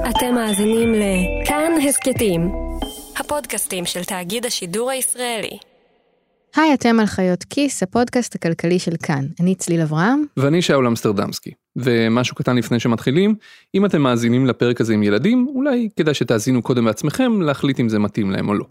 אתם מאזינים לכאן הסקטים, הפודקאסטים של תאגיד השידור הישראלי. היי, אתם על חיות כיס, הפודקאסט הכלכלי של כאן. אני צליל אברהם. ואני שאול אמסטרדמסקי. ומשהו קטן לפני שמתחילים, אם אתם מאזינים לפרק הזה עם ילדים, אולי כדאי שתאזינו קודם בעצמכם להחליט אם זה מתאים להם או לא.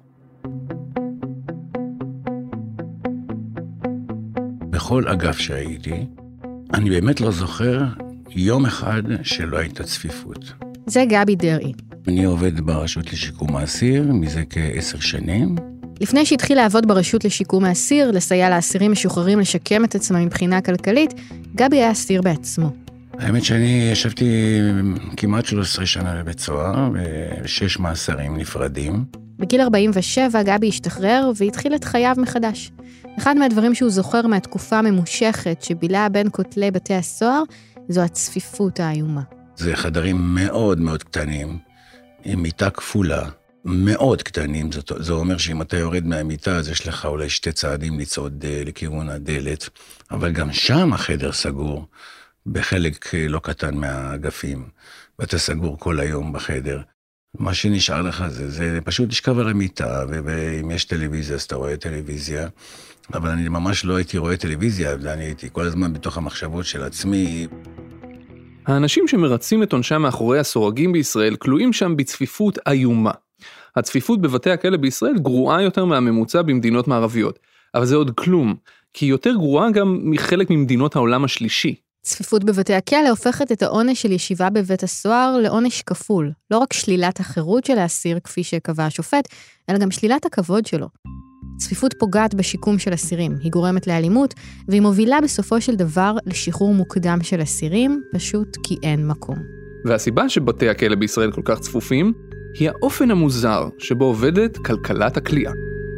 בכל אגף שהייתי, אני באמת לא זוכר יום אחד שלא הייתה צפיפות. זה גבי דרעי. אני עובד ברשות לשיקום האסיר מזה כ10 שנים. לפני שהתחיל לעבוד ברשות לשיקום האסיר, לסייע לאסירים משוחררים לשקם את עצמם מבחינה כלכלית, גבי היה אסיר בעצמו. האמת שאני ישבתי כמעט 13 שנה בבית סוהר, ו6 מאסרים נפרדים. בגיל 47 גבי השתחרר והתחיל את חייו מחדש. אחד מהדברים שהוא זוכר מהתקופה הממושכת שבילה בין כותלי בתי הסוהר, זו הצפיפות האיומה. זה חדרים מאוד מאוד קטנים, עם מיטה כפולה, מאוד קטנים. זה אומר שאם אתה יורד מהמיטה, אז יש לך אולי 2 צעדים לצעוד לכיוון הדלת, אבל גם שם החדר סגור, בחלק לא קטן מהאגפים, ואתה סגור כל היום בחדר. מה שנשאר לך זה פשוט לשכב על המיטה, ואם יש טלוויזיה, אז אתה רואה טלוויזיה, אבל אני ממש לא הייתי רואה טלוויזיה, ואני הייתי כל הזמן בתוך המחשבות של עצמי. האנשים שמרצים את עונשם מאחורי הסורגים בישראל כלואים שם בצפיפות איומה. הצפיפות בבתי הכלא בישראל גרועה יותר מהממוצע במדינות מערביות, אבל זה עוד כלום, כי היא יותר גרועה גם מחלק ממדינות העולם השלישי. צפיפות בבתי הכלא הופכת את העונש של ישיבה בבית הסוהר לעונש כפול. לא רק שלילת החירות של האסיר כפי שקבע השופט, אלא גם שלילת הכבוד שלו. צפיפות פוגעת בשיקום של אסירים, היא גורמת לאלימות, והיא מובילה בסופו של דבר לשחרור מוקדם של אסירים, פשוט כי אין מקום. והסיבה שבתי הכלא בישראל כל כך צפופים, היא האופן המוזר שבו עובדת כלכלת הכליאה.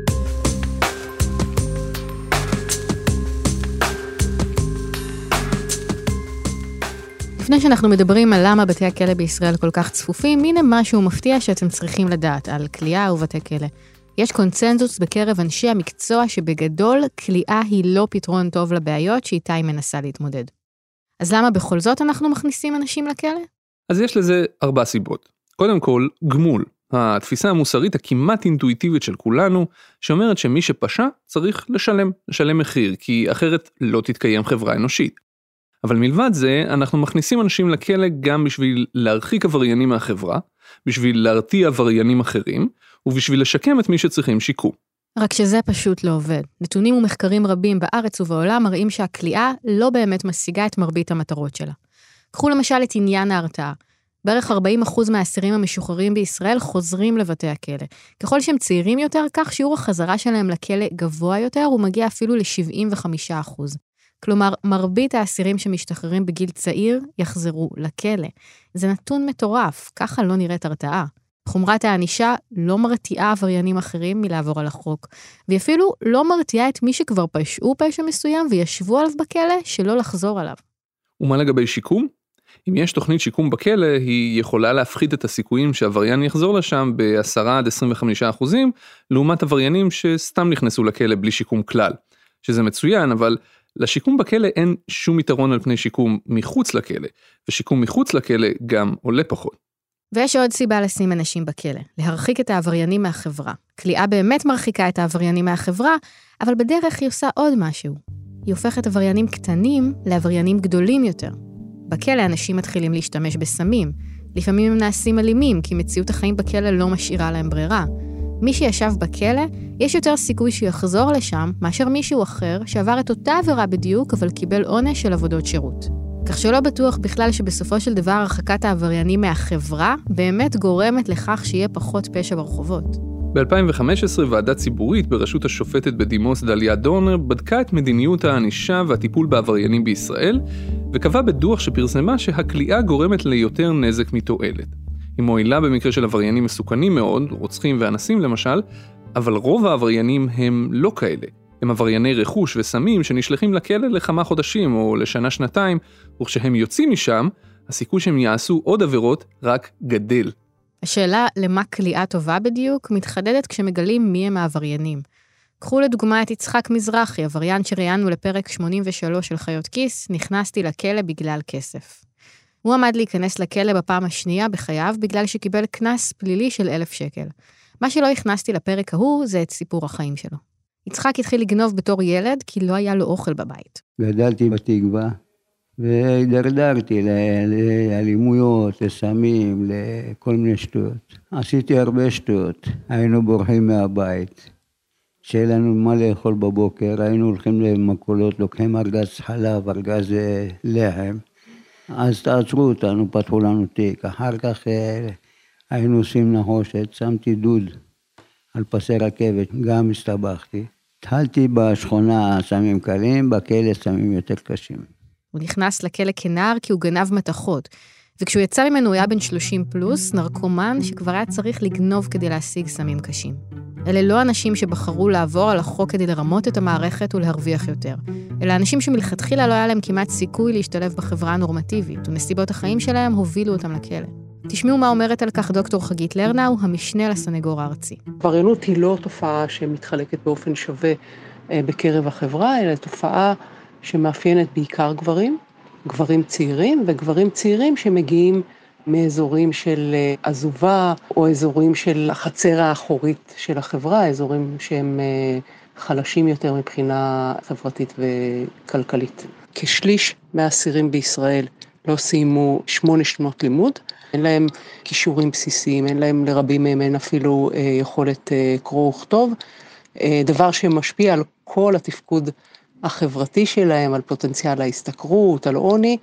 לפני שאנחנו מדברים על למה בתי הכלא בישראל כל כך צפופים, הנה משהו מפתיע שאתם צריכים לדעת על כליאה ובתי כלא. יש קונצנזוס בקרב אנשי המקצוע שבגדול כליאה היא לא פתרון טוב לבעיות שאיתה היא מנסה להתמודד. אז למה בכל זאת אנחנו מכניסים אנשים לכלא? אז יש לזה 4 סיבות. קודם כל, גמול. התפיסה המוסרית הכמעט אינטואיטיבית של כולנו, שאומרת שמי שפשע צריך לשלם מחיר, כי אחרת לא תתקיים חברה אנושית. אבל מלבד זה, אנחנו מכניסים אנשים לכלא גם בשביל להרחיק עבריינים מהחברה, בשביל להרתיע עבריינים אחרים, ובשביל לשקם את מי שצריכים שיקום. רק שזה פשוט לא עובד. נתונים ומחקרים רבים בארץ ובעולם מראים שהכליאה לא באמת משיגה את מרבית המטרות שלה. קחו למשל את עניין ההרתעה. בערך 40% מהאסירים המשוחררים בישראל חוזרים לבתי הכלא. ככל שהם צעירים יותר, כך שיעור החזרה שלהם לכלא גבוה יותר, ומגיע אפילו ל-75%. כלומר, מרבית האסירים שמשתחררים בגיל צעיר יחזרו לכלא. זה נתון מטורף, ככה לא נראית הרתעה. חומרת הענישה לא מרתיעה עבריינים אחרים מלעבור על החוק, והיא אפילו לא מרתיעה את מי שכבר פשעו פשע מסוים וישבו עליו בכלא שלא לחזור עליו. ומה לגבי שיקום? אם יש תוכנית שיקום בכלא, היא יכולה להפחית את הסיכויים שעבריין יחזור לשם ב10-25%, לעומת עבריינים שסתם נכנסו לכלא בלי שיקום כלל. שזה מצוין, אבל לשיקום בכלא אין שום יתרון על פני שיקום מחוץ לכלא, ושיקום מחוץ לכלא גם עולה פחות. ויש עוד סיבה לשים אנשים בכלא, להרחיק את העבריינים מהחברה. כליאה באמת מרחיקה את העבריינים מהחברה, אבל בדרך היא עושה עוד משהו. היא הופכת עבריינים קטנים לעבריינים גדולים יותר. בכלא אנשים מתחילים להשתמש בסמים. לפעמים הם נעשים אלימים, כי מציאות החיים בכלא לא משאירה להם ברירה. מי שישב בכלא, יש יותר סיכוי שיחזור לשם, מאשר מישהו אחר שעבר את אותה עבירה בדיוק, אבל קיבל עונש של עבודות שירות. כך שלא בטוח בכלל שבסופו של דבר הרחקת העבריינים מהחברה באמת גורמת לכך שיהיה פחות פשע ברחובות. ב-2015 ועדה ציבורית בראשות השופטת בדימוס דליה דורנר בדקה את מדיניות הענישה והטיפול בעבריינים בישראל, וקבעה בדוח שפרסמה שהכליאה גורמת ליותר נזק מתועלת. היא מועילה במקרה של עבריינים מסוכנים מאוד, רוצחים ואנסים למשל, אבל רוב העבריינים הם לא כאלה. הם עברייני רכוש וסמים שנשלחים לכלא לכמה חודשים או לשנה-שנתיים, וכשהם יוצאים משם, הסיכוי שהם יעשו עוד עבירות רק גדל. השאלה למה כליאה טובה בדיוק מתחדדת כשמגלים מי הם העבריינים. קחו לדוגמה את יצחק מזרחי, עבריין שראיינו לפרק 83 של חיות כיס, נכנסתי לכלא בגלל כסף. הוא עמד להיכנס לכלא בפעם השנייה בחייו, בגלל שקיבל קנס פלילי של 1,000 שקל. מה שלא הכנסתי לפרק ההוא, זה את סיפור החיים שלו. יצחק התחיל לגנוב בתור ילד, כי לא היה לו אוכל בבית. גדלתי בתקווה, והידרדרתי לאלימויות, לסמים, לכל מיני שטויות. עשיתי הרבה שטויות. היינו בורחים מהבית. שיהיה לנו מה לאכול בבוקר, היינו הולכים למכולות, לוקחים ארגז חלב, ארגז לחם. אז תעצרו אותנו, פתחו לנו תיק. אחר כך היינו עושים נחושת, שמתי דוד על פסי רכבת, גם הסתבכתי. התחלתי בשכונה סמים קלים, בכלא סמים יותר קשים. הוא נכנס לכלא כנער כי הוא גנב מתכות, וכשהוא יצא ממנו הוא היה בן 30 פלוס, נרקומן שכבר היה צריך לגנוב כדי להשיג סמים קשים. אלה לא אנשים שבחרו לעבור על החוק כדי לרמות את המערכת ולהרוויח יותר, אלא אנשים שמלכתחילה לא היה להם כמעט סיכוי להשתלב בחברה הנורמטיבית, ונסיבות החיים שלהם הובילו אותם לכלא. תשמעו מה אומרת על כך דוקטור חגית לרנאו, המשנה לסנגור הארצי. עבריינות היא לא תופעה שמתחלקת באופן שווה בקרב החברה, אלא תופעה שמאפיינת בעיקר גברים צעירים, וגברים צעירים שמגיעים מאזורים של עזובה, או אזורים של החצר האחורית של החברה, אזורים שהם חלשים יותר מבחינה חברתית וכלכלית. כשליש מהאסירים בישראל לא סיימו 8 שנות לימוד, אין להם כישורים בסיסיים, אין להם לרבים מהם אין אפילו יכולת קרוא וכתוב, דבר שמשפיע על כל התפקוד החברתי שלהם, על פוטנציאל ההשתכרות, על עוני,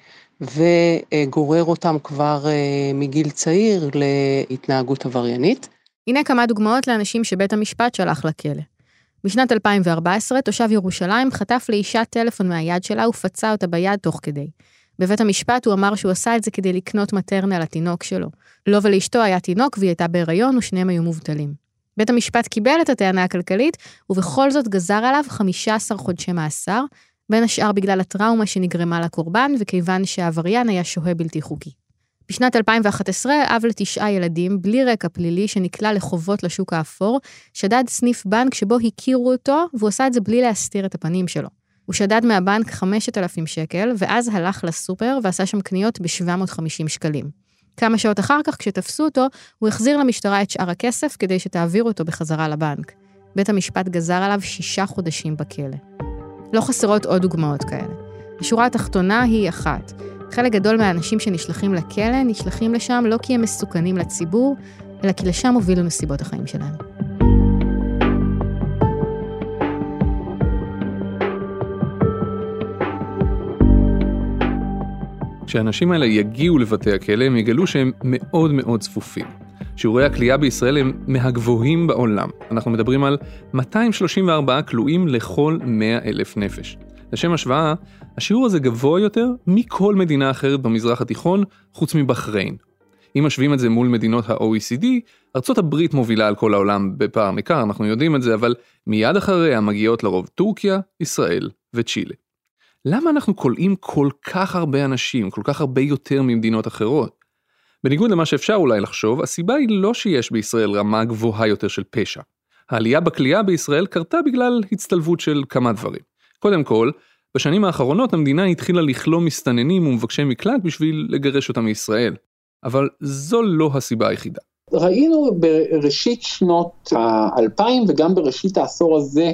וגורר אותם כבר מגיל צעיר להתנהגות עבריינית. הנה כמה דוגמאות לאנשים שבית המשפט שלח לכלא. בשנת 2014, תושב ירושלים חטף לאישה טלפון מהיד שלה ופצע אותה ביד תוך כדי. בבית המשפט הוא אמר שהוא עשה את זה כדי לקנות מטרנה לתינוק שלו. לו ולאשתו היה תינוק והיא הייתה בהיריון ושניהם היו מובטלים. בית המשפט קיבל את הטענה הכלכלית, ובכל זאת גזר עליו 15 חודשי מאסר, בין השאר בגלל הטראומה שנגרמה לקורבן, וכיוון שהעבריין היה שוהה בלתי חוקי. בשנת 2011, אב ל9 ילדים, בלי רקע פלילי שנקלע לחובות לשוק האפור, שדד סניף בנק שבו הכירו אותו, והוא עשה את זה בלי להסתיר את הפנים שלו. הוא שדד מהבנק 5,000 שקל, ואז הלך לסופר ועשה שם קניות ב-750 שקלים. כמה שעות אחר כך, כשתפסו אותו, הוא החזיר למשטרה את שאר הכסף כדי שתעביר אותו בחזרה לבנק. בית המשפט גזר עליו 6 חודשים בכלא. לא חסרות עוד דוגמאות כאלה. השורה התחתונה היא אחת. חלק גדול מהאנשים שנשלחים לכלא, נשלחים לשם לא כי הם מסוכנים לציבור, אלא כי לשם הובילו נסיבות החיים שלהם. כשהאנשים האלה יגיעו לבתי הכלא, הם יגלו שהם מאוד מאוד צפופים. שיעורי הכלייה בישראל הם מהגבוהים בעולם. אנחנו מדברים על 234 כלואים לכל 100,000 נפש. לשם השוואה, השיעור הזה גבוה יותר מכל מדינה אחרת במזרח התיכון, חוץ מבחריין. אם משווים את זה מול מדינות ה-OECD, ארצות הברית מובילה על כל העולם בפער ניכר, אנחנו יודעים את זה, אבל מיד אחריה מגיעות לרוב טורקיה, ישראל וצ'ילה. למה אנחנו קולעים כל כך הרבה אנשים, כל כך הרבה יותר ממדינות אחרות? בניגוד למה שאפשר אולי לחשוב, הסיבה היא לא שיש בישראל רמה גבוהה יותר של פשע. העלייה בכלייה בישראל קרתה בגלל הצטלבות של כמה דברים. קודם כל, בשנים האחרונות המדינה התחילה לכלוא מסתננים ומבקשי מקלט בשביל לגרש אותם מישראל. אבל זו לא הסיבה היחידה. ראינו בראשית שנות ה-2000 וגם בראשית העשור הזה,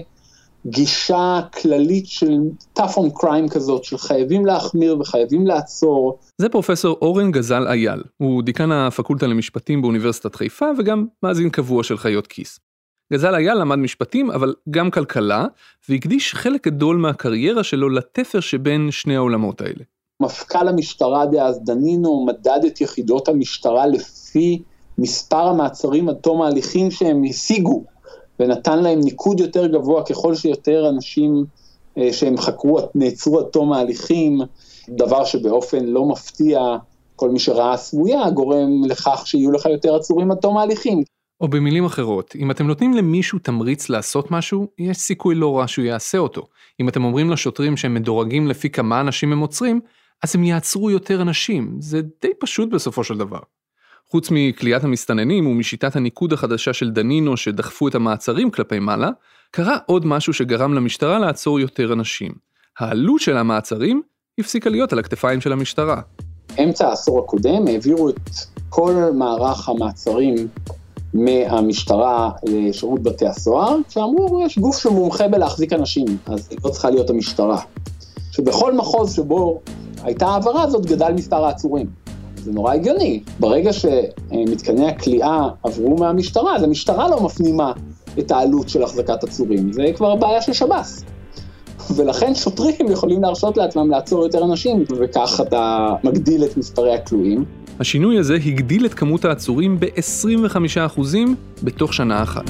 גישה כללית של tough on crime כזאת, של חייבים להחמיר וחייבים לעצור. זה פרופסור אורן גזל אייל, הוא דיקן הפקולטה למשפטים באוניברסיטת חיפה וגם מאזין קבוע של חיות כיס. גזל אייל למד משפטים אבל גם כלכלה, והקדיש חלק גדול מהקריירה שלו לתפר שבין שני העולמות האלה. מפכ"ל המשטרה דאז דנינו מדד את יחידות המשטרה לפי מספר המעצרים עד תום ההליכים שהם השיגו, ונתן להם ניקוד יותר גבוה ככל שיותר אנשים שהם חקרו, נעצרו עד תום ההליכים, דבר שבאופן לא מפתיע כל מי שראה סמויה, גורם לכך שיהיו לך יותר עצורים עד תום ההליכים. או במילים אחרות, אם אתם נותנים למישהו תמריץ לעשות משהו, יש סיכוי לא רע שהוא יעשה אותו. אם אתם אומרים לשוטרים שהם מדורגים לפי כמה אנשים הם עוצרים, אז הם יעצרו יותר אנשים. זה די פשוט בסופו של דבר. חוץ מכליית המסתננים ומשיטת הניקוד החדשה של דנינו שדחפו את המעצרים כלפי מעלה, קרה עוד משהו שגרם למשטרה לעצור יותר אנשים. העלות של המעצרים הפסיקה להיות על הכתפיים של המשטרה. באמצע העשור הקודם העבירו את כל מערך המעצרים מהמשטרה לשירות בתי הסוהר, שאמרו, יש גוף שמומחה בלהחזיק אנשים, אז היא לא צריכה להיות המשטרה. שבכל מחוז שבו הייתה העברה הזאת גדל מספר העצורים. זה נורא הגיוני. ברגע שמתקני הכליאה עברו מהמשטרה, אז המשטרה לא מפנימה את העלות של החזקת עצורים. זה כבר בעיה של שב"ס. ולכן שוטרים יכולים להרשות לעצמם לעצור יותר אנשים, וכך אתה מגדיל את מספרי הכלואים. השינוי הזה הגדיל את כמות העצורים ב-25% בתוך שנה אחת.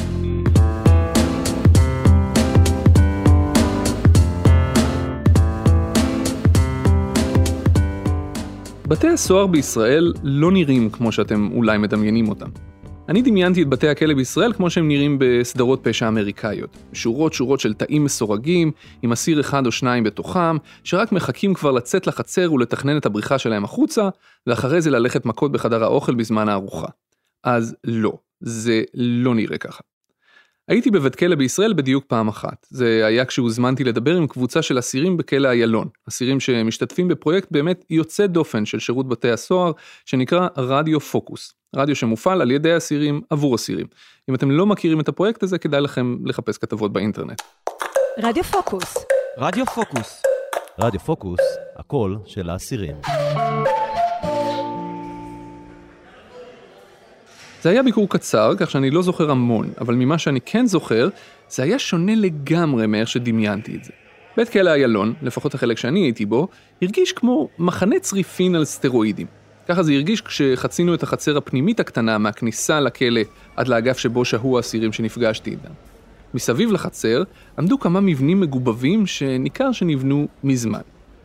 בתי הסוהר בישראל לא נראים כמו שאתם אולי מדמיינים אותם. אני דמיינתי את בתי הכלא בישראל כמו שהם נראים בסדרות פשע אמריקאיות. שורות של תאים מסורגים, עם אסיר אחד או שניים בתוכם, שרק מחכים כבר לצאת לחצר ולתכנן את הבריחה שלהם החוצה, ואחרי זה ללכת מכות בחדר האוכל בזמן הארוחה. אז לא, זה לא נראה ככה. הייתי בבית כלא בישראל בדיוק פעם אחת. זה היה כשהוזמנתי לדבר עם קבוצה של אסירים בכלא איילון. אסירים שמשתתפים בפרויקט באמת יוצא דופן של שירות בתי הסוהר, שנקרא רדיו פוקוס. רדיו שמופעל על ידי אסירים עבור אסירים. אם אתם לא מכירים את הפרויקט הזה, כדאי לכם לחפש כתבות באינטרנט. רדיו פוקוס. רדיו פוקוס. רדיו פוקוס, הקול של האסירים. זה היה ביקור קצר, כך שאני לא זוכר המון, אבל ממה שאני כן זוכר, זה היה שונה לגמרי מאיך שדמיינתי את זה. בית כלא איילון, לפחות החלק שאני הייתי בו, הרגיש כמו מחנה צריפין על סטרואידים. ככה זה הרגיש כשחצינו את החצר הפנימית הקטנה מהכניסה לכלא עד לאגף שבו שהו האסירים שנפגשתי איתם. מסביב לחצר עמדו כמה מבנים מגובבים שניכר שנבנו מזמן.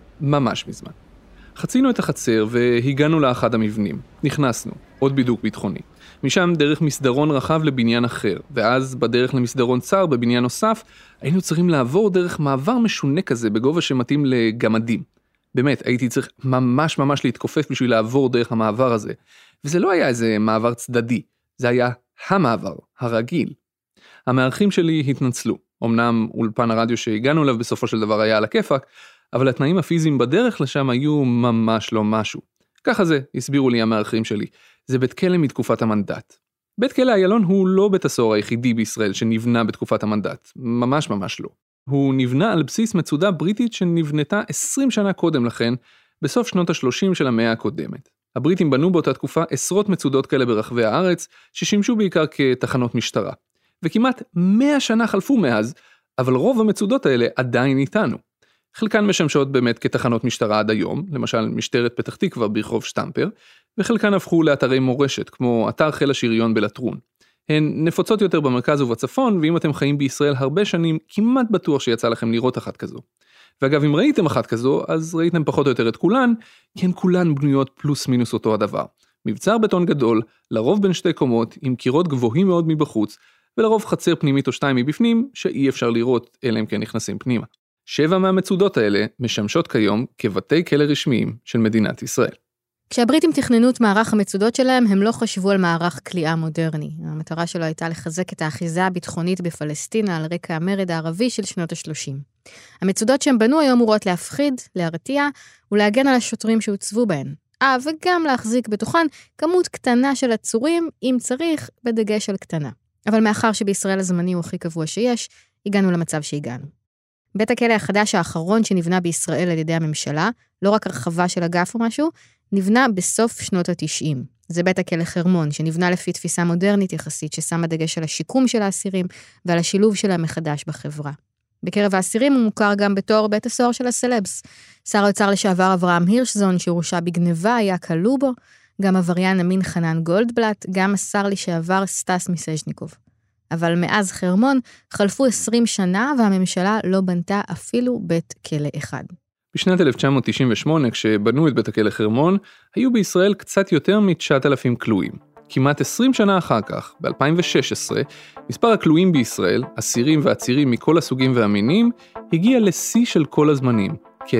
ממש מזמן. חצינו את החצר והגענו לאחד המבנים. נכנסנו, עוד בידוק ביטחוני. משם דרך מסדרון רחב לבניין אחר, ואז בדרך למסדרון צר בבניין נוסף, היינו צריכים לעבור דרך מעבר משונה כזה בגובה שמתאים לגמדים. באמת, הייתי צריך ממש להתכופף בשביל לעבור דרך המעבר הזה. וזה לא היה איזה מעבר צדדי, זה היה המעבר, הרגיל. המארחים שלי התנצלו. אמנם אולפן הרדיו שהגענו אליו בסופו של דבר היה על הכיפק, אבל התנאים הפיזיים בדרך לשם היו ממש לא משהו. ככה זה, הסבירו לי המארחים שלי. זה בית כלא מתקופת המנדט. בית כלא איילון הוא לא בית הסוהר היחידי בישראל שנבנה בתקופת המנדט. ממש לא. הוא נבנה על בסיס מצודה בריטית שנבנתה 20 שנה קודם לכן, בסוף שנות ה-30 של המאה הקודמת. הבריטים בנו באותה תקופה עשרות מצודות כאלה ברחבי הארץ, ששימשו בעיקר כתחנות משטרה. וכמעט 100 שנה חלפו מאז, אבל רוב המצודות האלה עדיין איתנו. חלקן משמשות באמת כתחנות משטרה עד היום, למשל משטרת פתח תקווה ברחוב שטמפר, וחלקן הפכו לאתרי מורשת, כמו אתר חיל השריון בלטרון. הן נפוצות יותר במרכז ובצפון, ואם אתם חיים בישראל הרבה שנים, כמעט בטוח שיצא לכם לראות אחת כזו. ואגב, אם ראיתם אחת כזו, אז ראיתם פחות או יותר את כולן, כי הן כולן בנויות פלוס מינוס אותו הדבר. מבצר בטון גדול, לרוב בין שתי קומות, עם קירות גבוהים מאוד מבחוץ, ולרוב חצר פנימית או שתיים מבפנים, שאי אפשר לראות אלא אם כן נכנסים פנימה. 7 מהמצודות האלה משמשות כיום כבתי כלא רשמיים של מדינת ישראל. כשהבריטים תכננו את מערך המצודות שלהם, הם לא חשבו על מערך כליאה מודרני. המטרה שלו הייתה לחזק את האחיזה הביטחונית בפלסטינה על רקע המרד הערבי של שנות ה-30. המצודות שהם בנו היו אמורות להפחיד, להרתיע ולהגן על השוטרים שהוצבו בהן. וגם להחזיק בתוכן כמות קטנה של עצורים, אם צריך, בדגש על קטנה. אבל מאחר שבישראל הזמני הוא הכי קבוע שיש, הגענו למצב שהגענו. בית הכלא החדש האחרון שנבנה בישראל על ידי הממשלה, לא רק הרחבה של אגף או משהו, נבנה בסוף שנות ה-90. זה בית הכלא חרמון, שנבנה לפי תפיסה מודרנית יחסית, ששמה דגש על השיקום של האסירים ועל השילוב שלהם מחדש בחברה. בקרב האסירים הוא מוכר גם בתור בית הסוהר של הסלבס. שר האוצר לשעבר אברהם הירשזון, שהורשע בגניבה, היה כלוא בו, גם עבריין המין חנן גולדבלט, גם השר לשעבר סטס מיסז'ניקוב. אבל מאז חרמון חלפו 20 שנה והממשלה לא בנתה אפילו בית כלא אחד. בשנת 1998, כשבנו את בית הכלא חרמון, היו בישראל קצת יותר מ-9,000 כלואים. כמעט 20 שנה אחר כך, ב-2016, מספר הכלואים בישראל, אסירים ועצירים מכל הסוגים והמינים, הגיע לשיא של כל הזמנים,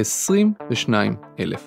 כ-22,000.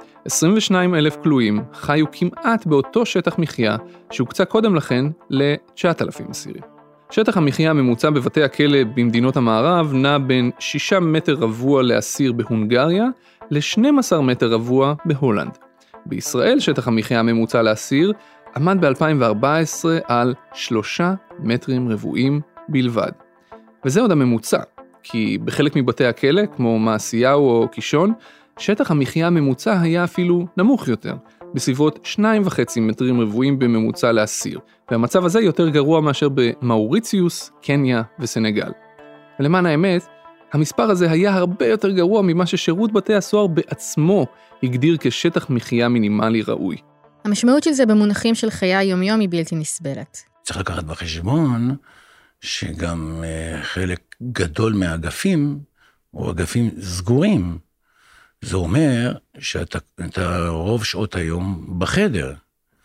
22,000 כלואים חיו כמעט באותו שטח מחיה שהוקצה קודם לכן ל-9,000 אסירים. שטח המחיה הממוצע בבתי הכלא במדינות המערב נע בין 6 מטר רבוע לאסיר בהונגריה ל-12 מטר רבוע בהולנד. בישראל שטח המחיה הממוצע לאסיר עמד ב-2014 על 3 מטרים רבועים בלבד. וזה עוד הממוצע, כי בחלק מבתי הכלא, כמו מעשיהו או קישון, שטח המחיה הממוצע היה אפילו נמוך יותר, בסביבות 2.5 מטרים רבועים בממוצע לאסיר, והמצב הזה יותר גרוע מאשר במאוריציוס, קניה וסנגל. ולמען האמת, המספר הזה היה הרבה יותר גרוע ממה ששירות בתי הסוהר בעצמו הגדיר כשטח מחיה מינימלי ראוי. המשמעות של זה במונחים של חיי היום-יום היא בלתי נסבלת. צריך לקחת בחשבון שגם חלק גדול מהאגפים, או אגפים סגורים, זה אומר שאתה רוב שעות היום בחדר.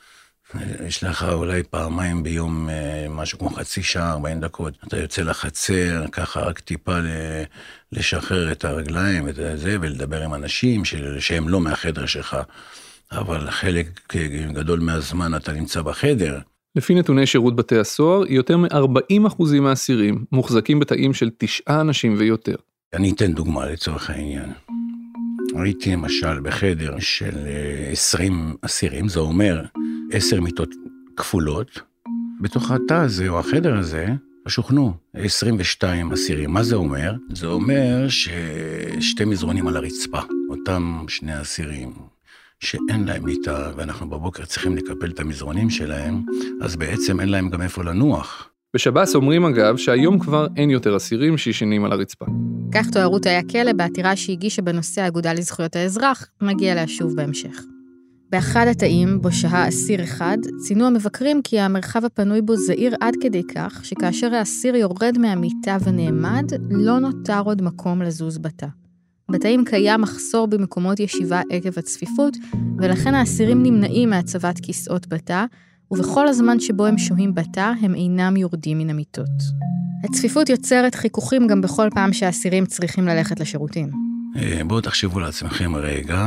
יש לך אולי פעמיים ביום משהו כמו חצי שעה, 40 דקות. אתה יוצא לחצר, ככה רק טיפה לשחרר את הרגליים, ואת זה, ולדבר עם אנשים שהם לא מהחדר שלך. אבל חלק גדול מהזמן אתה נמצא בחדר. לפי נתוני שירות בתי הסוהר, יותר מ-40% מהאסירים מוחזקים בתאים של 9 אנשים ויותר. אני אתן דוגמה לצורך העניין. הייתי למשל בחדר של 20 אסירים, זה אומר 10 מיטות כפולות. בתוך התא הזה או החדר הזה שוכנו 22 אסירים. מה זה אומר? זה אומר ששתי מזרונים על הרצפה, אותם 2 אסירים שאין להם מיטה, ואנחנו בבוקר צריכים לקפל את המזרונים שלהם, אז בעצם אין להם גם איפה לנוח. בשב"ס אומרים אגב שהיום כבר אין יותר אסירים שישנים על הרצפה. כך תוארו תאי הכלא בעתירה שהגישה בנושא האגודה לזכויות האזרח, מגיע לה שוב בהמשך. באחד התאים, בו שהה אסיר אחד, ציינו המבקרים כי המרחב הפנוי בו זהיר עד כדי כך, שכאשר האסיר יורד מהמיטה ונעמד, לא נותר עוד מקום לזוז בתא. בתאים קיים מחסור במקומות ישיבה עקב הצפיפות, ולכן האסירים נמנעים מהצבת כיסאות בתא, ובכל הזמן שבו הם שוהים בתא, הם אינם יורדים מן המיטות. הצפיפות יוצרת חיכוכים גם בכל פעם שהאסירים צריכים ללכת לשירותים. בואו תחשבו לעצמכם רגע,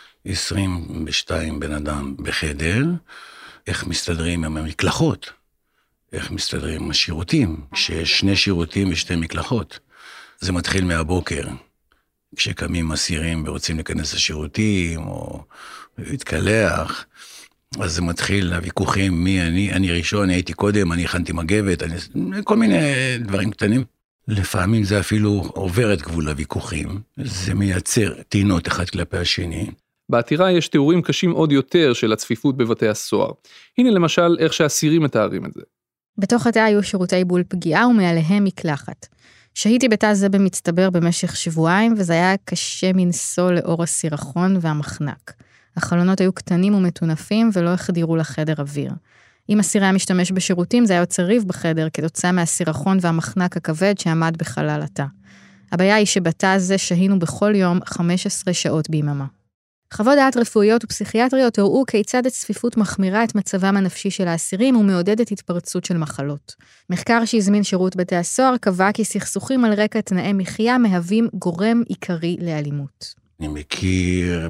22 בן אדם בחדר, איך מסתדרים עם המקלחות, איך מסתדרים עם השירותים, כשיש 2 שירותים ו2 מקלחות. זה מתחיל מהבוקר, כשקמים אסירים ורוצים להיכנס לשירותים, או להתקלח, אז זה מתחיל הוויכוחים, אני ראשון, אני הייתי קודם, אני הכנתי מגבת, כל מיני דברים קטנים. לפעמים זה אפילו עובר את גבול הוויכוחים, זה מייצר טינות אחד כלפי השני. בעתירה יש תיאורים קשים עוד יותר של הצפיפות בבתי הסוהר. הנה למשל איך שהאסירים מתארים את זה. בתוך התא היו שירותי בול פגיעה ומעליהם מקלחת. שהיתי בתא זה במצטבר במשך שבועיים, וזה היה קשה מנסוע לאור הסירחון והמחנק. החלונות היו קטנים ומטונפים ולא החדירו לחדר אוויר. אם אסיר היה משתמש בשירותים, זה היה יוצר ריב בחדר כתוצאה מהסירחון והמחנק הכבד שעמד בחלל התא. הבעיה היא שבתא הזה שהינו בכל יום 15 שעות ביממה. חוות דעת רפואיות ופסיכיאטריות הראו כיצד הצפיפות מחמירה את מצבם הנפשי של האסירים ומעודדת התפרצות של מחלות. מחקר שהזמין שירות בתי הסוהר קבע כי סכסוכים על רקע תנאי מחיה מהווים גורם עיקרי לאלימות. אני מכיר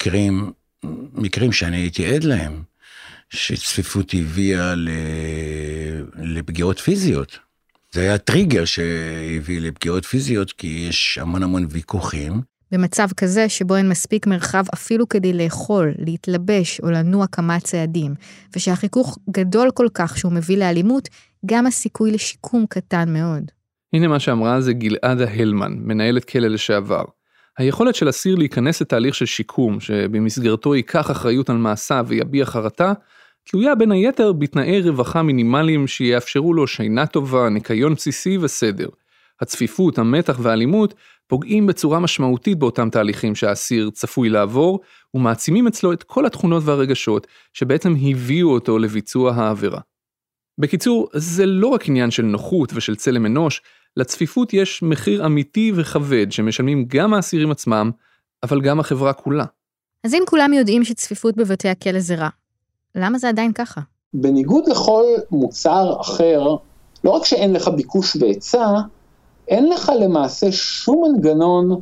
מקרים שאני הייתי עד להם, שצפיפות הביאה לפגיעות פיזיות. זה היה טריגר שהביא לפגיעות פיזיות, כי יש המון ויכוחים. במצב כזה שבו אין מספיק מרחב אפילו כדי לאכול, להתלבש או לנוע כמה צעדים, ושהחיכוך גדול כל כך שהוא מביא לאלימות, גם הסיכוי לשיקום קטן מאוד. הנה מה שאמרה זה גלעדה הלמן, מנהלת כלא לשעבר. היכולת של אסיר להיכנס לתהליך של שיקום, שבמסגרתו ייקח אחריות על מעשה ויביע חרטה, תלויה בין היתר בתנאי רווחה מינימליים שיאפשרו לו שינה טובה, ניקיון בסיסי וסדר. הצפיפות, המתח והאלימות פוגעים בצורה משמעותית באותם תהליכים שהאסיר צפוי לעבור, ומעצימים אצלו את כל התכונות והרגשות שבעצם הביאו אותו לביצוע העבירה. בקיצור, זה לא רק עניין של נוחות ושל צלם אנוש, לצפיפות יש מחיר אמיתי וכבד שמשלמים גם האסירים עצמם, אבל גם החברה כולה. אז אם כולם יודעים שצפיפות בבתי הכלא זה רע, למה זה עדיין ככה? בניגוד לכל מוצר אחר, לא רק שאין לך ביקוש והיצע, אין לך למעשה שום מנגנון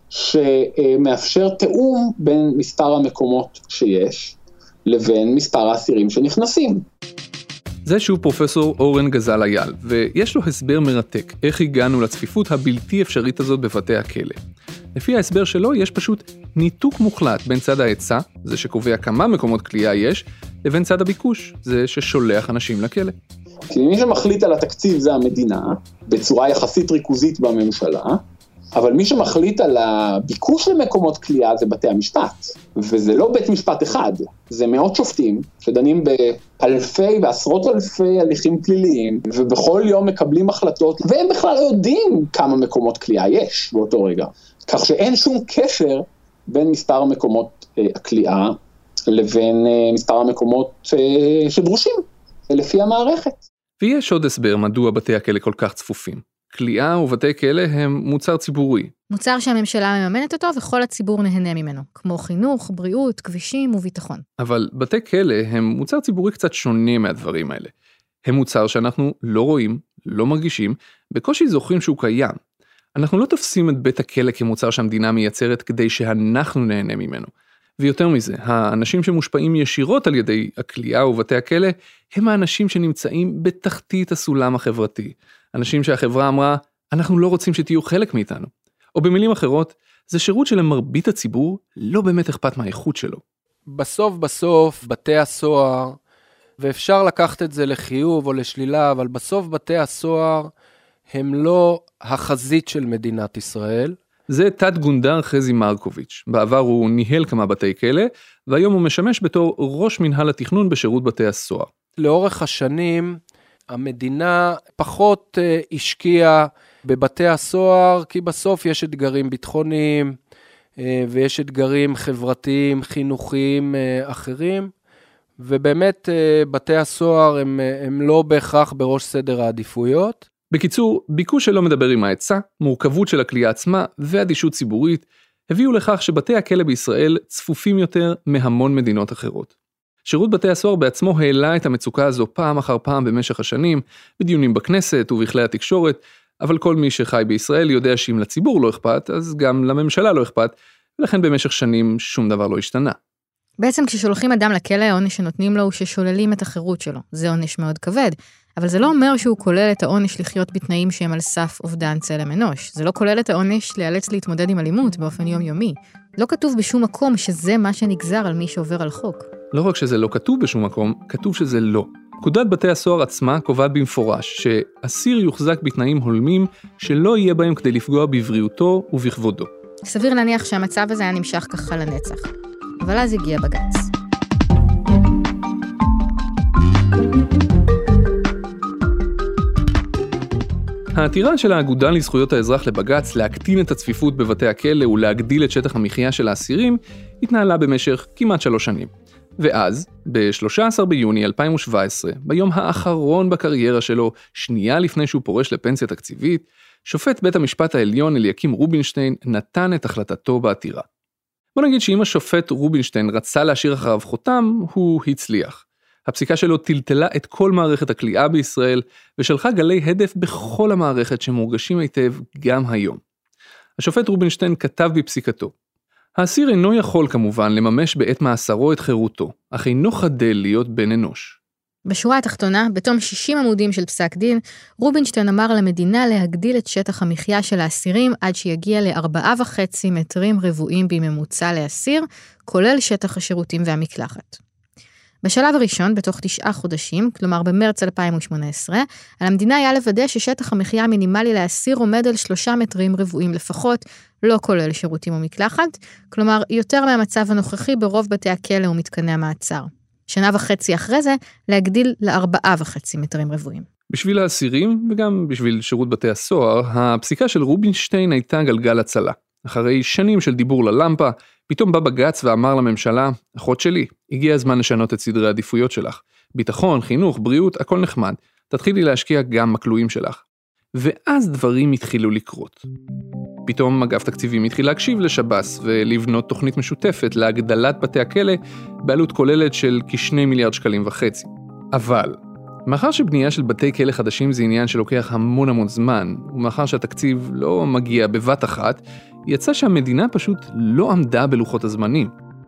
שמאפשר תאום בין מספר המקומות שיש, לבין מספר האסירים שנכנסים. זה שוב פרופסור אורן גזל אייל, ויש לו הסבר מרתק איך הגענו לצפיפות הבלתי אפשרית הזאת בבתי הכלא. לפי ההסבר שלו יש פשוט ניתוק מוחלט בין צד ההיצע, זה שקובע כמה מקומות כליאה יש, לבין צד הביקוש, זה ששולח אנשים לכלא. כי מי שמחליט על התקציב זה המדינה, בצורה יחסית ריכוזית בממשלה, אבל מי שמחליט על הביקוש למקומות כליאה זה בתי המשפט. וזה לא בית משפט אחד, זה מאות שופטים שדנים באלפי ועשרות אלפי הליכים פליליים, ובכל יום מקבלים החלטות, והם בכלל לא יודעים כמה מקומות כליאה יש באותו רגע. כך שאין שום קשר בין מספר מקומות הכליאה לבין מספר המקומות שדרושים, לפי המערכת. ויש עוד הסבר מדוע בתי הכלא כל כך צפופים. כליאה ובתי כלא הם מוצר ציבורי. מוצר שהממשלה מממנת אותו וכל הציבור נהנה ממנו, כמו חינוך, בריאות, כבישים וביטחון. אבל בתי כלא הם מוצר ציבורי קצת שונה מהדברים האלה. הם מוצר שאנחנו לא רואים, לא מרגישים, בקושי זוכרים שהוא קיים. אנחנו לא תופסים את בית הכלא כמוצר שהמדינה מייצרת כדי שאנחנו נהנה ממנו. ויותר מזה, האנשים שמושפעים ישירות על ידי הכליאה ובתי הכלא, הם האנשים שנמצאים בתחתית הסולם החברתי. אנשים שהחברה אמרה, אנחנו לא רוצים שתהיו חלק מאיתנו. או במילים אחרות, זה שירות שלמרבית הציבור לא באמת אכפת מהאיכות שלו. בסוף, בתי הסוהר, ואפשר לקחת את זה לחיוב או לשלילה, אבל בסוף בתי הסוהר הם לא החזית של מדינת ישראל. זה תת גונדר חזי מרקוביץ'. בעבר הוא ניהל כמה בתי כלא, והיום הוא משמש בתור ראש מנהל התכנון בשירות בתי הסוהר. לאורך השנים, המדינה פחות השקיעה בבתי הסוהר, כי בסוף יש אתגרים ביטחוניים, ויש אתגרים חברתיים, חינוכיים אחרים, ובאמת בתי הסוהר הם לא בהכרח בראש סדר העדיפויות. בקיצור, ביקוש שלא מדבר עם ההיצע, מורכבות של הכליאה עצמה ואדישות ציבורית, הביאו לכך שבתי הכלא בישראל צפופים יותר מהמון מדינות אחרות. שירות בתי הסוהר בעצמו העלה את המצוקה הזו פעם אחר פעם במשך השנים, בדיונים בכנסת ובכלי התקשורת, אבל כל מי שחי בישראל יודע שאם לציבור לא אכפת, אז גם לממשלה לא אכפת, ולכן במשך שנים שום דבר לא השתנה. בעצם כששולחים אדם לכלא, העונש שנותנים לו הוא ששוללים את החירות שלו. זה עונש מאוד כבד, אבל זה לא אומר שהוא כולל את העונש לחיות בתנאים שהם על סף אובדן צלם אנוש. זה לא כולל את העונש להיאלץ להתמודד עם אלימות באופן יומיומי. לא כתוב בשום מקום שזה מה שנגזר על מי שעובר על חוק. לא רק שזה לא כתוב בשום מקום, כתוב שזה לא. פקודת בתי הסוהר עצמה קובעת במפורש שאסיר יוחזק בתנאים הולמים שלא יהיה בהם כדי לפגוע בבריאותו ובכבודו. סביר להניח שהמצב הזה היה נמשך ככה לנצח. אבל אז הגיע בג"ץ. העתירה של האגודה לזכויות האזרח לבג"ץ להקטין את הצפיפות בבתי הכלא ולהגדיל את שטח המחיה של האסירים התנהלה במשך כמעט 3 שנים. ואז, ב-13 ביוני 2017, ביום האחרון בקריירה שלו, שנייה לפני שהוא פורש לפנסיה תקציבית, שופט בית המשפט העליון אליקים רובינשטיין נתן את החלטתו בעתירה. בוא נגיד שאם השופט רובינשטיין רצה להשאיר אחריו חותם, הוא הצליח. הפסיקה שלו טלטלה את כל מערכת הכליאה בישראל, ושלחה גלי הדף בכל המערכת שמורגשים היטב גם היום. השופט רובינשטיין כתב בפסיקתו, האסיר אינו יכול כמובן לממש בעת מאסרו את חירותו, אך אינו חדל להיות בן אנוש. בשורה התחתונה, בתום 60 עמודים של פסק דין, רובינשטיין אמר למדינה להגדיל את שטח המחיה של האסירים עד שיגיע ל4.5 מטרים רבועים בממוצע לאסיר, כולל שטח השירותים והמקלחת. בשלב הראשון, בתוך 9 חודשים, כלומר במרץ 2018, על המדינה היה לוודא ששטח המחיה המינימלי לאסיר עומד על 3 מטרים רבועים לפחות, לא כולל שירותים ומקלחת, כלומר יותר מהמצב הנוכחי ברוב בתי הכלא ומתקני המעצר. 1.5 שנה אחרי זה, להגדיל ל4.5 מטרים רבועים. בשביל האסירים, וגם בשביל שירות בתי הסוהר, הפסיקה של רובינשטיין הייתה גלגל הצלה. אחרי שנים של דיבור ללמפה, פתאום בא בג"ץ ואמר לממשלה, אחות שלי, הגיע הזמן לשנות את סדרי העדיפויות שלך. ביטחון, חינוך, בריאות, הכל נחמד. תתחילי להשקיע גם בכלואים שלך. ואז דברים התחילו לקרות. פתאום אגף תקציבים התחיל להקשיב לשב"ס ולבנות תוכנית משותפת להגדלת בתי הכלא בעלות כוללת של כ2.5 מיליארד שקלים. אבל, מאחר שבנייה של בתי כלא חדשים זה עניין שלוקח המון זמן, ומאחר שהתקציב לא מגיע בבת אחת, יצא שהמדינה פשוט לא עמדה בלוחות הזמנים.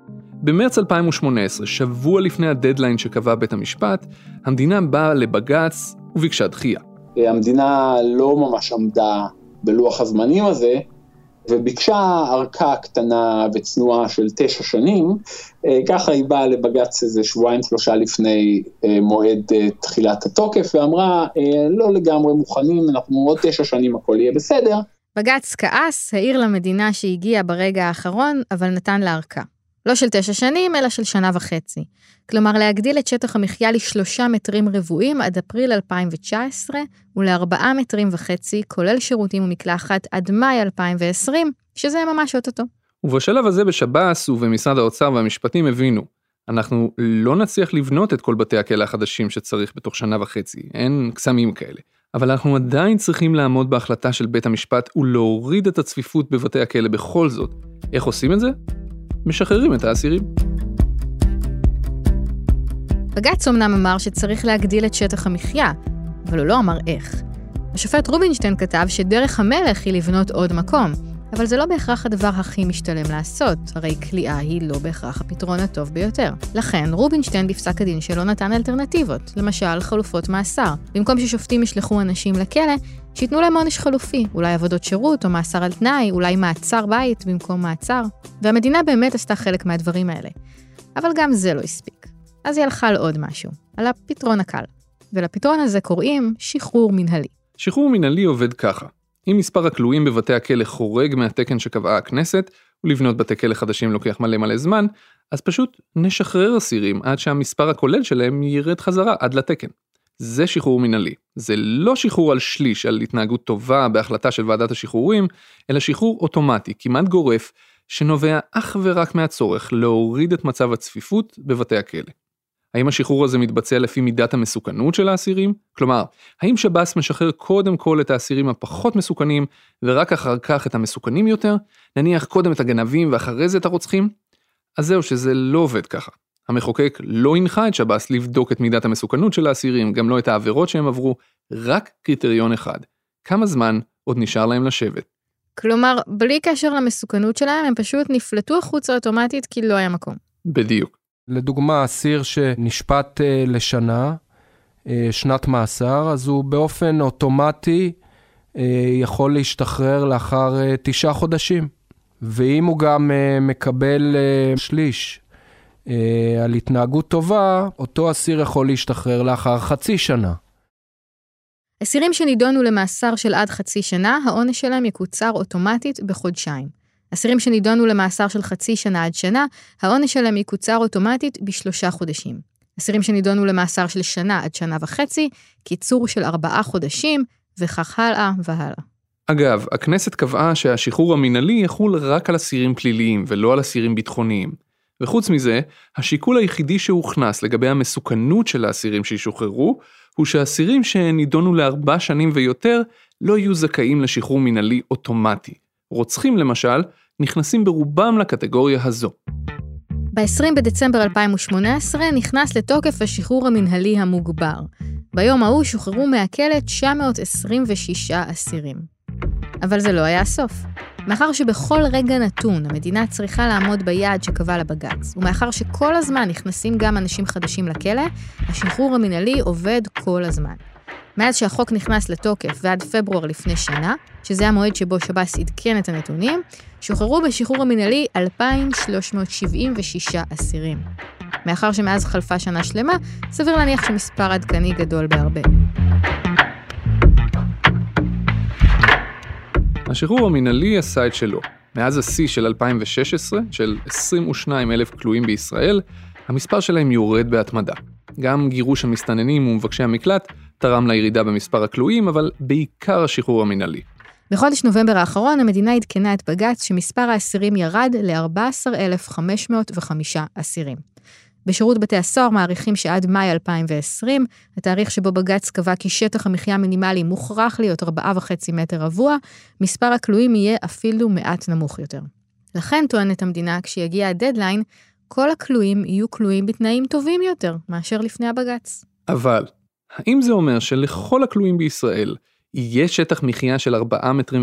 במרץ 2018, שבוע לפני הדדליין שקבע בית המשפט, המדינה באה לבג"ץ וביקשה דחייה. המדינה לא ממש עמדה בלוח הזמנים הזה, וביקשה ארכה קטנה וצנועה של 9 שנים, ככה היא באה לבג"ץ איזה 2-3 לפני מועד תחילת התוקף, ואמרה, לא לגמרי מוכנים, אנחנו עוד 9 שנים הכל יהיה בסדר. בג"ץ כעס, העיר למדינה שהגיעה ברגע האחרון, אבל נתן לה ארכה. לא של 9 שנים, אלא של 1.5 שנה. כלומר, להגדיל את שטח המחיה ל3 מטרים רבועים עד אפריל 2019, ול4.5 מטרים, כולל שירותים ומקלחת עד מאי 2020, שזה ממש אוטוטו. ובשלב הזה בשב"ס ובמשרד האוצר והמשפטים הבינו, אנחנו לא נצליח לבנות את כל בתי הכלא החדשים שצריך בתוך 1.5 שנה, אין קסמים כאלה. אבל אנחנו עדיין צריכים לעמוד בהחלטה של בית המשפט ולהוריד את הצפיפות בבתי הכלא בכל זאת. איך עושים את זה? משחררים את האסירים. בג"ץ אמנם אמר שצריך להגדיל את שטח המחיה, אבל הוא לא אמר איך. השופט רובינשטיין כתב שדרך המלך היא לבנות עוד מקום, אבל זה לא בהכרח הדבר הכי משתלם לעשות, הרי כליאה היא לא בהכרח הפתרון הטוב ביותר. לכן רובינשטיין בפסק הדין שלו נתן אלטרנטיבות, למשל חלופות מאסר. במקום ששופטים ישלחו אנשים לכלא, שיתנו להם עונש חלופי, אולי עבודות שירות או מאסר על תנאי, אולי מעצר בית במקום מעצר. והמדינה באמת עשתה חלק מהדברים האלה. אבל גם זה לא הספיק. אז היא הלכה על עוד משהו, על הפתרון הקל. ולפתרון הזה קוראים שחרור מנהלי. שחרור מנהלי עובד ככה. אם מספר הכלואים בבתי הכלא חורג מהתקן שקבעה הכנסת, ולבנות בתי כלא חדשים לוקח מלא זמן, אז פשוט נשחרר אסירים עד שהמספר הכולל שלהם ירד חזרה עד לתקן. זה שחרור מנהלי. זה לא שחרור על שליש, על התנהגות טובה בהחלטה של ועדת השחרורים, אלא שחרור אוטומטי, כמעט גורף, שנובע אך ורק מהצורך להוריד את מצב הצפיפות בבתי הכלא. האם השחרור הזה מתבצע לפי מידת המסוכנות של האסירים? כלומר, האם שב"ס משחרר קודם כל את האסירים הפחות מסוכנים, ורק אחר כך את המסוכנים יותר? נניח קודם את הגנבים ואחרי זה את הרוצחים? אז זהו שזה לא עובד ככה. המחוקק לא הנחה את שב"ס לבדוק את מידת המסוכנות של האסירים, גם לא את העבירות שהם עברו, רק קריטריון אחד. כמה זמן עוד נשאר להם לשבת? כלומר, בלי קשר למסוכנות שלהם, הם פשוט נפלטו החוצה אוטומטית כי לא היה מקום. בדיוק. לדוגמה, אסיר שנשפט לשנה, שנת מאסר, אז הוא באופן אוטומטי יכול להשתחרר לאחר 9 חודשים. ואם הוא גם מקבל שליש על התנהגות טובה, אותו אסיר יכול להשתחרר לאחר 0.5 שנה. אסירים שנידונו למאסר של עד 0.5 שנה, העונש שלהם יקוצר אוטומטית בחודשיים. אסירים שנידונו למאסר של 0.5 שנה עד שנה, העונש שלהם יקוצר אוטומטית ב3 חודשים. אסירים שנידונו למאסר של 1 שנה עד 1.5 שנה, קיצור של 4 חודשים, וכך הלאה והלאה. אגב, הכנסת קבעה שהשחרור המנהלי יחול רק על אסירים פליליים ולא על אסירים ביטחוניים. וחוץ מזה, השיקול היחידי שהוכנס לגבי המסוכנות של האסירים שישוחררו, הוא שהאסירים שנידונו ל4 שנים ויותר לא יהיו זכאים לשחרור מנהלי אוטומטי. רוצחים למשל, נכנסים ברובם לקטגוריה הזו. ב-20 בדצמבר 2018 נכנס לתוקף השחרור המנהלי המוגבר. ביום ההוא שוחררו מהכלא 926 אסירים. אבל זה לא היה הסוף. מאחר שבכל רגע נתון המדינה צריכה לעמוד ביעד שקבע לבג"ץ, ומאחר שכל הזמן נכנסים גם אנשים חדשים לכלא, השחרור המנהלי עובד כל הזמן. מאז שהחוק נכנס לתוקף ועד פברואר לפני שנה, שזה המועד שבו שב"ס עדכן את הנתונים, שוחררו בשחרור המנהלי 2,376 אסירים. מאחר שמאז חלפה שנה שלמה, סביר להניח שמספר עדכני גדול בהרבה. השחרור המנהלי עשה את שלו. מאז השיא של 2016, של 22,000 כלואים בישראל, המספר שלהם יורד בהתמדה. גם גירוש המסתננים ומבקשי המקלט תרם לירידה במספר הכלואים, אבל בעיקר השחרור המנהלי. בחודש נובמבר האחרון המדינה עדכנה את בג"ץ שמספר האסירים ירד ל-14,505 אסירים. בשירות בתי הסוהר מעריכים שעד מאי 2020, התאריך שבו בג"ץ קבע כי שטח המחיה המינימלי מוכרח להיות 4.5 מטר רבוע, מספר הכלואים יהיה אפילו מעט נמוך יותר. לכן טוענת המדינה, כשיגיע הדדליין, כל הכלואים יהיו כלואים בתנאים טובים יותר מאשר לפני הבג"ץ. אבל, האם זה אומר שלכל הכלואים בישראל יהיה שטח מחיה של 4.5 מטרים?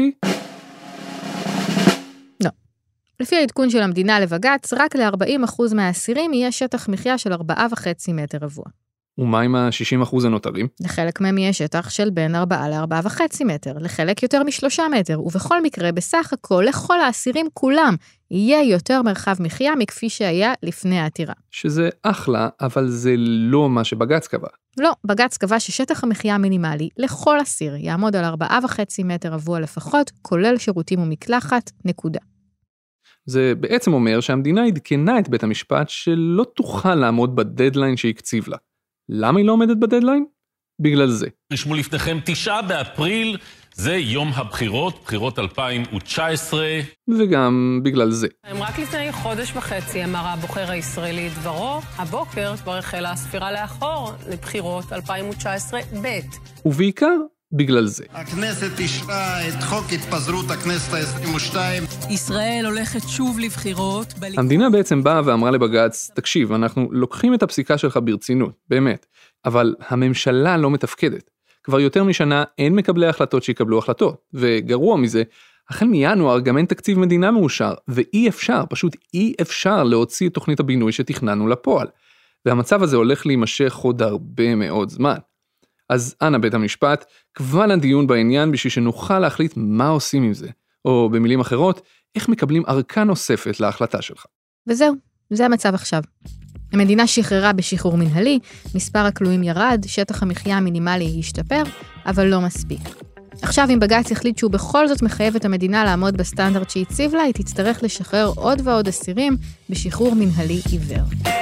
לא. לפי העדכון של המדינה לבג"ץ, רק ל-40% מהאסירים יהיה שטח מחיה של 4.5 מטר רבוע. ומה עם ה-60% הנותרים? לחלק מהם יש שטח של בין 4 ל-4.5 מטר, לחלק יותר מ3 מטר, ובכל מקרה, בסך הכל, לכל האסירים כולם, יהיה יותר מרחב מחיה מכפי שהיה לפני העתירה. שזה אחלה, אבל זה לא מה שבג"ץ קבע. לא, בג"ץ קבע ששטח המחיה המינימלי לכל אסיר יעמוד על 4.5 מטר רבוע לפחות, כולל שירותים ומקלחת, נקודה. זה בעצם אומר שהמדינה עדכנה את בית המשפט שלא תוכל לעמוד בדדליין שהקציב לה. למה היא לא עומדת בדדליין? בגלל זה. רשמו לפניכם 9 באפריל, זה יום הבחירות, בחירות 2019. וגם בגלל זה. רק לפני חודש וחצי אמר הבוחר הישראלי דברו, הבוקר כבר החלה הספירה לאחור לבחירות 2019 ב'. ובעיקר בגלל זה. הכנסת אישרה את חוק התפזרות הכנסת ה-22. ישראל הולכת שוב לבחירות. המדינה בעצם באה ואמרה לבג"ץ, תקשיב, אנחנו לוקחים את הפסיקה שלך ברצינות, באמת, אבל הממשלה לא מתפקדת. כבר יותר משנה אין מקבלי החלטות שיקבלו החלטות, וגרוע מזה, החל מינואר גם אין תקציב מדינה מאושר, ואי אפשר, פשוט אי אפשר להוציא את תוכנית הבינוי שתכננו לפועל. והמצב הזה הולך להימשך עוד הרבה מאוד זמן. אז אנא בית המשפט, קבע לדיון בעניין בשביל שנוכל להחליט מה עושים עם זה, או במילים אחרות, איך מקבלים ארכה נוספת להחלטה שלך. וזהו, זה המצב עכשיו. המדינה שחררה בשחרור מנהלי, מספר הכלואים ירד, שטח המחיה המינימלי השתפר, אבל לא מספיק. עכשיו אם בג"ץ יחליט שהוא בכל זאת מחייב את המדינה לעמוד בסטנדרט שהציב לה, היא תצטרך לשחרר עוד ועוד אסירים בשחרור מנהלי עיוור.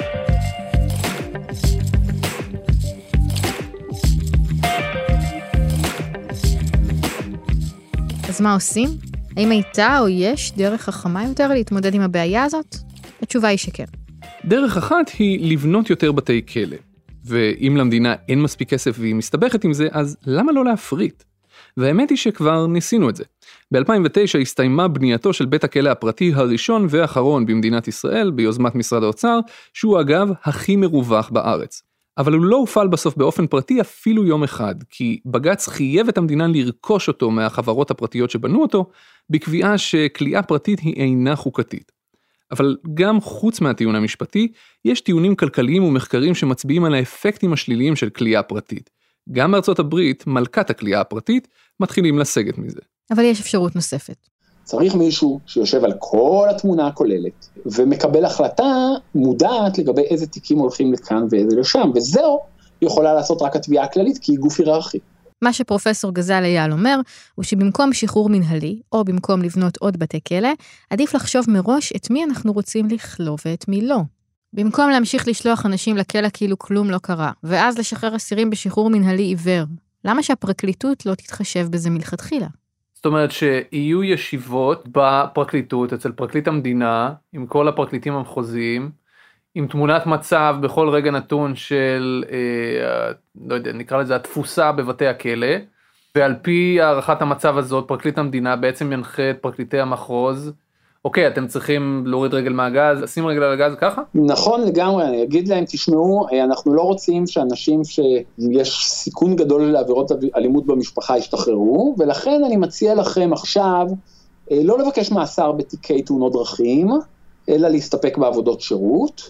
אז מה עושים? האם הייתה או יש דרך חכמה יותר להתמודד עם הבעיה הזאת? התשובה היא שכן. דרך אחת היא לבנות יותר בתי כלא. ואם למדינה אין מספיק כסף והיא מסתבכת עם זה, אז למה לא להפריט? והאמת היא שכבר ניסינו את זה. ב-2009 הסתיימה בנייתו של בית הכלא הפרטי הראשון והאחרון במדינת ישראל, ביוזמת משרד האוצר, שהוא אגב הכי מרווח בארץ. אבל הוא לא הופעל בסוף באופן פרטי אפילו יום אחד, כי בג"ץ חייב את המדינה לרכוש אותו מהחברות הפרטיות שבנו אותו, בקביעה שכליאה פרטית היא אינה חוקתית. אבל גם חוץ מהטיעון המשפטי, יש טיעונים כלכליים ומחקרים שמצביעים על האפקטים השליליים של כליאה פרטית. גם בארצות הברית, מלכת הכליאה הפרטית, מתחילים לסגת מזה. אבל יש אפשרות נוספת. צריך מישהו שיושב על כל התמונה הכוללת, ומקבל החלטה מודעת לגבי איזה תיקים הולכים לכאן ואיזה לשם, וזהו יכולה לעשות רק התביעה הכללית, כי היא גוף היררכי. מה שפרופסור גזל אייל אומר, הוא שבמקום שחרור מנהלי, או במקום לבנות עוד בתי כלא, עדיף לחשוב מראש את מי אנחנו רוצים לכלוא ואת מי לא. במקום להמשיך לשלוח אנשים לכלא כאילו כלום לא קרה, ואז לשחרר אסירים בשחרור מנהלי עיוור, למה שהפרקליטות לא תתחשב בזה מלכתחילה? זאת אומרת שיהיו ישיבות בפרקליטות, אצל פרקליט המדינה, עם כל הפרקליטים המחוזיים, עם תמונת מצב בכל רגע נתון של, לא יודע, נקרא לזה התפוסה בבתי הכלא, ועל פי הערכת המצב הזאת, פרקליט המדינה בעצם ינחה את פרקליטי המחוז, אוקיי, אתם צריכים להוריד רגל מהגז, לשים רגל על הגז ככה? נכון לגמרי, אני אגיד להם, תשמעו, אנחנו לא רוצים שאנשים שיש סיכון גדול לעבירות אלימות במשפחה ישתחררו, ולכן אני מציע לכם עכשיו, לא לבקש מאסר בתיקי תאונות דרכים, אלא להסתפק בעבודות שירות,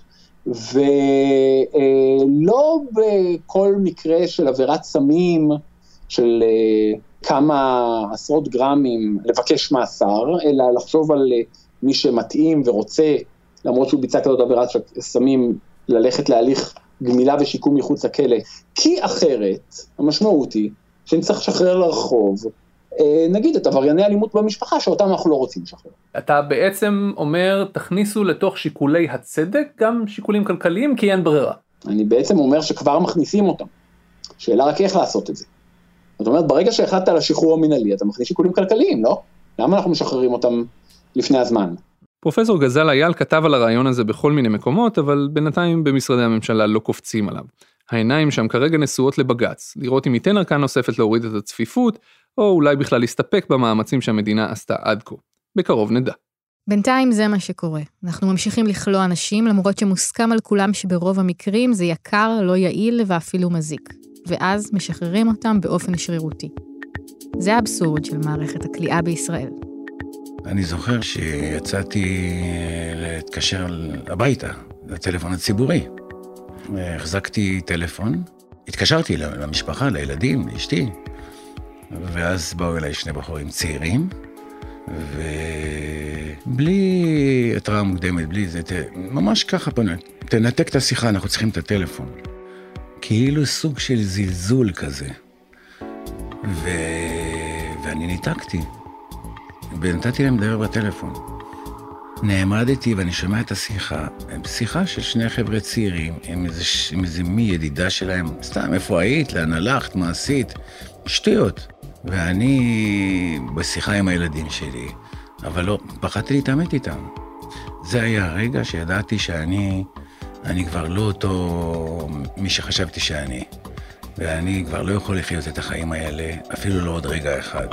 ולא בכל מקרה של עבירת סמים, של כמה עשרות גרמים לבקש מאסר, אלא לחשוב על מי שמתאים ורוצה, למרות שהוא ביצע כזאת עבירת סמים, ללכת להליך גמילה ושיקום מחוץ לכלא, כי אחרת, המשמעות היא, שנצטרך לשחרר לרחוב, נגיד את עברייני אלימות במשפחה, שאותם אנחנו לא רוצים לשחרר. אתה בעצם אומר, תכניסו לתוך שיקולי הצדק, גם שיקולים כלכליים, כי אין ברירה. אני בעצם אומר שכבר מכניסים אותם. שאלה רק איך לעשות את זה. זאת אומרת, ברגע שהחלטת על השחרור המנהלי, אתה מכניס שיקולים כלכליים, לא? למה אנחנו משחררים אותם לפני הזמן? פרופסור גזל אייל כתב על הרעיון הזה בכל מיני מקומות, אבל בינתיים במשרדי הממשלה לא קופצים עליו. העיניים שם כרגע נשואות לבג"ץ, לראות אם ייתן ערכה נוספת להוריד את הצפיפות, או אולי בכלל להסתפק במאמצים שהמדינה עשתה עד כה. בקרוב נדע. בינתיים זה מה שקורה. אנחנו ממשיכים לכלוא אנשים, למרות שמוסכם על כולם שברוב המקרים זה יקר, לא יעיל ואפילו מזיק. ואז משחררים אותם באופן שרירותי. זה האבסורד של מערכת הכליאה בישראל. אני זוכר שיצאתי להתקשר הביתה, לטלפון הציבורי. החזקתי טלפון, התקשרתי למשפחה, לילדים, לאשתי, ואז באו אליי שני בחורים צעירים, ובלי התראה מוקדמת, בלי זה, ממש ככה, תנתק את השיחה, אנחנו צריכים את הטלפון. כאילו סוג של זלזול כזה. ואני ניתקתי, ונתתי להם לדבר בטלפון. נעמדתי ואני שומע את השיחה, שיחה של שני חבר'ה צעירים, עם איזה מי ידידה שלהם, סתם, איפה היית, לאן הלכת, מה עשית, שטויות. ואני בשיחה עם הילדים שלי, אבל לא, פחדתי להתעמת איתם. זה היה הרגע שידעתי שאני כבר לא אותו מי שחשבתי שאני. ואני כבר לא יכול לחיות את החיים האלה, אפילו לא עוד רגע אחד.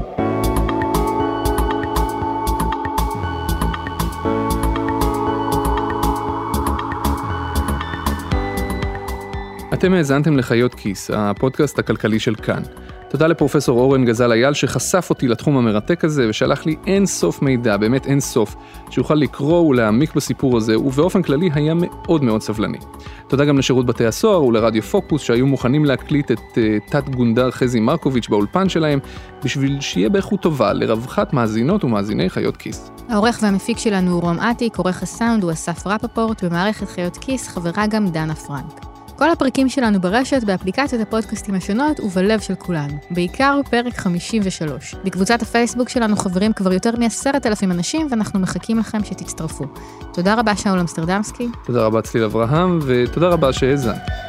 אתם האזנתם לחיות כיס, הפודקאסט הכלכלי של כאן. תודה לפרופסור אורן גזל אייל שחשף אותי לתחום המרתק הזה ושלח לי אין סוף מידע, באמת אין סוף, שיוכל לקרוא ולהעמיק בסיפור הזה, ובאופן כללי היה מאוד מאוד סבלני. תודה גם לשירות בתי הסוהר ולרדיו פוקוס שהיו מוכנים להקליט את תת גונדר חזי מרקוביץ' באולפן שלהם, בשביל שיהיה באיכות טובה לרווחת מאזינות ומאזיני חיות כיס. העורך והמפיק שלנו הוא רום עתיק, עורך הסאונד הוא אסף רפפורט, במערכת חיות כיס חברה גם דנה פרנק. כל הפרקים שלנו ברשת, באפליקציות הפודקאסטים השונות ובלב של כולנו. בעיקר פרק 53. בקבוצת הפייסבוק שלנו חברים כבר יותר מ10,000 אנשים, ואנחנו מחכים לכם שתצטרפו. תודה רבה שאול אמסטרדמסקי. תודה רבה צליל אברהם, ותודה רבה שהאזנת.